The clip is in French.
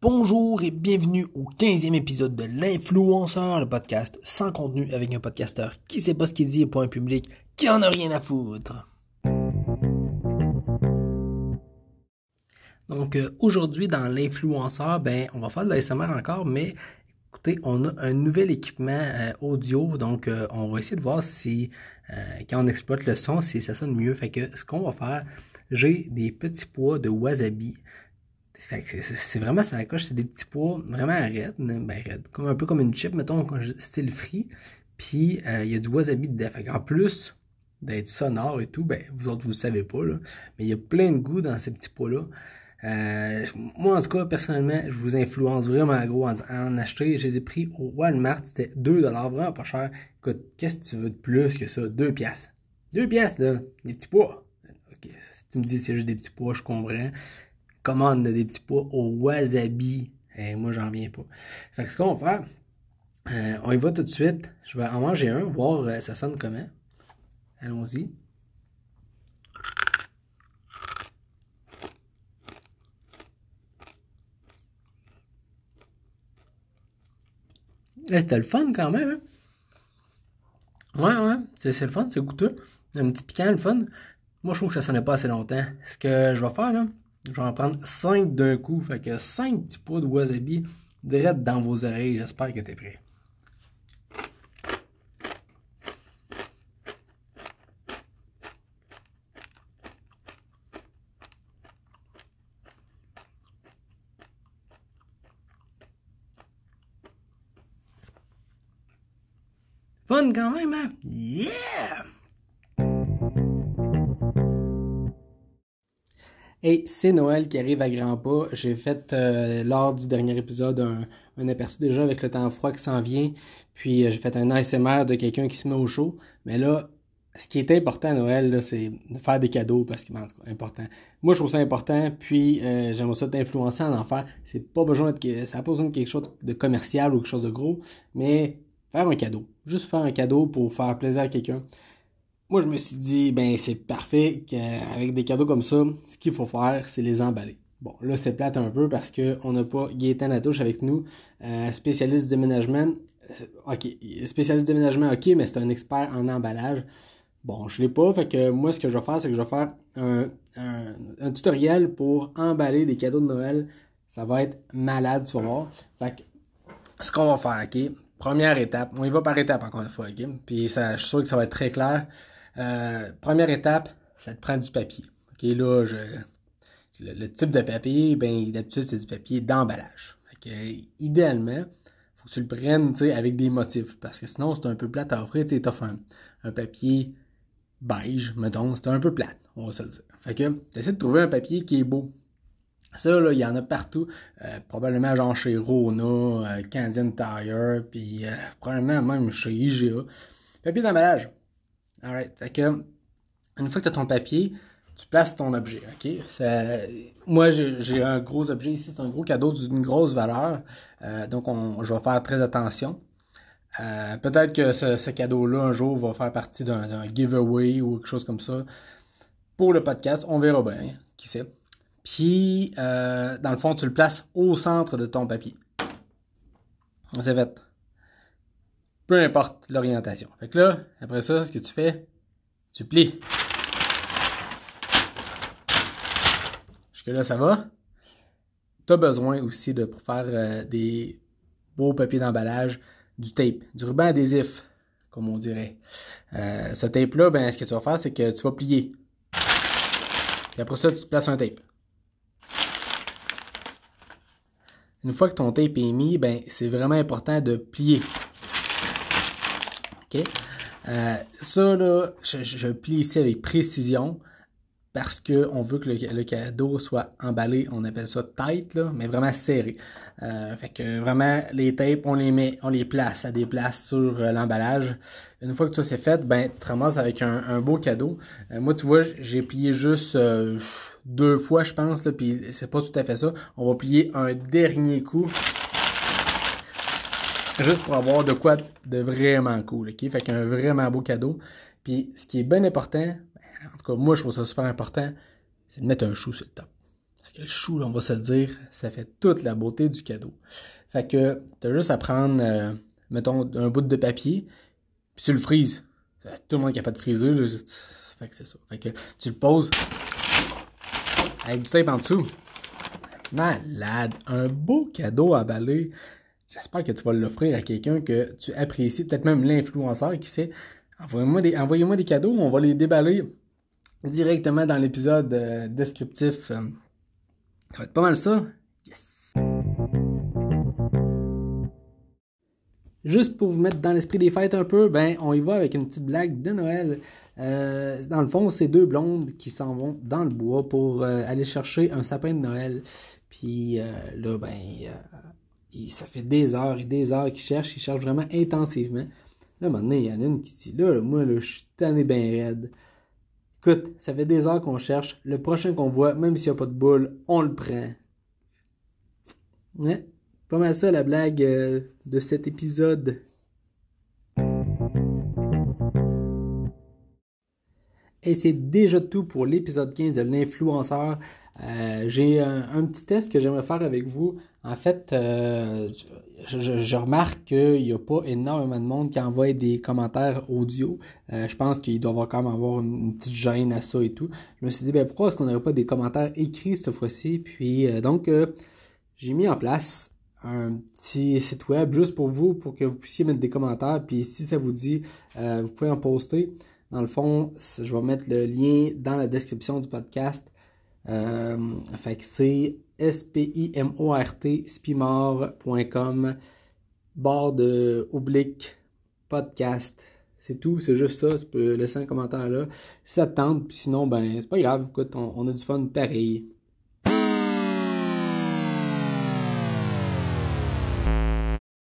Bonjour et bienvenue au 15e épisode de l'Influenceur, le podcast sans contenu avec un podcasteur qui sait pas ce qu'il dit et pour un public qui en a rien à foutre. Donc aujourd'hui dans l'Influenceur, on va faire de l'ASMR encore, mais écoutez, on a un nouvel équipement audio, donc on va essayer de voir si quand on exploite le son, si ça sonne mieux. Fait que ce qu'on va faire, j'ai des petits pois de wasabi. Fait que c'est vraiment ça la coche, c'est des petits pois vraiment raides, raides, comme un peu comme une chip, mettons, style free. Puis il y a du wasabi dedans. Fait qu'en plus d'être sonore et tout, vous autres vous le savez pas, là, mais il y a plein de goût dans ces petits pois-là. Moi, en tout cas, personnellement, je vous influence vraiment gros en acheter. Je les ai pris au Walmart, c'était 2$, vraiment pas cher. Écoute, qu'est-ce que tu veux de plus que ça? 2 piastres. 2 piastres, là, des petits pois. Ok, si tu me dis que c'est juste des petits pois, je comprends. Commande des petits pois au wasabi. Moi, j'en viens pas. Fait que ce qu'on va faire, on y va tout de suite. Je vais en manger un, voir ça sonne comment. Allons-y. C'était le fun quand même, hein? Ouais, c'est le fun, c'est goûteux. Un petit piquant, le fun. Moi, je trouve que ça sonnait pas assez longtemps. Ce que je vais faire, là, je vais en prendre 5 d'un coup. Fait que 5 petits pois de wasabi direct dans vos oreilles. J'espère que t'es prêt. Fun quand même, hein? Yeah! Et c'est Noël qui arrive à grands pas. J'ai fait lors du dernier épisode un aperçu déjà avec le temps froid qui s'en vient. Puis j'ai fait un ASMR de quelqu'un qui se met au chaud. Mais là, ce qui est important à Noël, là, c'est de faire des cadeaux parce que, en tout cas, important. Moi, je trouve ça important. Puis j'aimerais ça t'influencer en faire. C'est pas besoin de, ça n'a pas besoin de quelque chose de commercial ou quelque chose de gros. Mais faire un cadeau. Juste faire un cadeau pour faire plaisir à quelqu'un. Moi, je me suis dit, c'est parfait qu'avec des cadeaux comme ça, ce qu'il faut faire, c'est les emballer. Bon, là, c'est plate un peu parce qu'on n'a pas Gaëtan Latouche avec nous, spécialiste du déménagement. OK, spécialiste du déménagement, OK, mais c'est un expert en emballage. Bon, je l'ai pas, fait que moi, ce que je vais faire, c'est que je vais faire un tutoriel pour emballer des cadeaux de Noël. Ça va être malade, tu vas voir. Fait que, ce qu'on va faire, OK, première étape, on y va par étape encore une fois, OK, puis ça, je suis sûr que ça va être très clair. Première étape, ça te prend du papier. OK, là, le type de papier, d'habitude, c'est du papier d'emballage. Fait que, idéalement, faut que tu le prennes, avec des motifs. Parce que sinon, c'est un peu plate à offrir. Tu sais, t'offres un papier beige, mettons, c'est un peu plate, on va se le dire. Fait que, t'essaies de trouver un papier qui est beau. Ça, là, il y en a partout. Probablement, genre chez Rona, Canadian Tire, puis probablement même chez IGA. Papier d'emballage. Alright. Fait que, une fois que tu as ton papier, tu places ton objet, OK? Moi, j'ai un gros objet ici, c'est un gros cadeau d'une grosse valeur. Donc, je vais faire très attention. Peut-être que ce cadeau-là, un jour, va faire partie d'un giveaway ou quelque chose comme ça. Pour le podcast, on verra bien, qui sait. Puis, dans le fond, tu le places au centre de ton papier. C'est fait. Peu importe l'orientation. Fait que là, après ça, ce que tu fais, tu plies. Jusque-là, ça va. Tu as besoin aussi pour faire des beaux papiers d'emballage, du tape, du ruban adhésif, comme on dirait. Ce tape-là, ce que tu vas faire, c'est que tu vas plier. Puis après ça, tu places un tape. Une fois que ton tape est mis, c'est vraiment important de plier. OK? Ça, là, je plie ici avec précision parce qu'on veut que le cadeau soit emballé, on appelle ça tight, là, mais vraiment serré. Fait que vraiment, les tapes, on les place à des places sur l'emballage. Une fois que ça c'est fait, tu te ramasses avec un beau cadeau. Moi, tu vois, j'ai plié juste 2 fois, je pense, là, puis c'est pas tout à fait ça. On va plier un dernier coup. Juste pour avoir de quoi de vraiment cool, OK? Fait qu'un vraiment beau cadeau. Puis, ce qui est bien important, en tout cas, moi, je trouve ça super important, c'est de mettre un chou sur le top. Parce que le chou, là, on va se le dire, ça fait toute la beauté du cadeau. Fait que t'as juste à prendre, mettons, un bout de papier, puis tu le frises. Tout le monde est capable de friser, là. Fait que c'est ça. Fait que tu le poses avec du tape en dessous. Malade! Un beau cadeau emballé. J'espère que tu vas l'offrir à quelqu'un que tu apprécies, peut-être même l'influenceur, qui sait. Envoyez-moi des cadeaux, on va les déballer directement dans l'épisode descriptif. Ça va être pas mal ça. Yes! Juste pour vous mettre dans l'esprit des fêtes un peu, ben on y va avec une petite blague de Noël. Dans le fond, c'est deux blondes qui s'en vont dans le bois pour aller chercher un sapin de Noël. Puis là, ben, ça fait des heures et des heures qu'ils cherchent vraiment intensivement. Là, maintenant, il y en a une qui dit, moi, là, je suis tanné ben raide. Écoute, ça fait des heures qu'on cherche. Le prochain qu'on voit, même s'il n'y a pas de boule, on le prend. Ouais, pas mal ça la blague de cet épisode. Et c'est déjà tout pour l'épisode 15 de l'influenceur. J'ai un petit test que j'aimerais faire avec vous. En fait, je remarque qu'il n'y a pas énormément de monde qui envoie des commentaires audio. Je pense qu'il doit quand même avoir une petite gêne à ça et tout. Je me suis dit, ben pourquoi est-ce qu'on n'aurait pas des commentaires écrits cette fois-ci? Puis donc, j'ai mis en place un petit site web juste pour vous, pour que vous puissiez mettre des commentaires. Puis si ça vous dit, vous pouvez en poster. Dans le fond, je vais mettre le lien dans la description du podcast. Fait que c'est spimort.com barre de oblique podcast. C'est tout, c'est juste ça. Tu peux laisser un commentaire là. Si ça te tente, puis sinon, ben, c'est pas grave. Écoute, on a du fun pareil.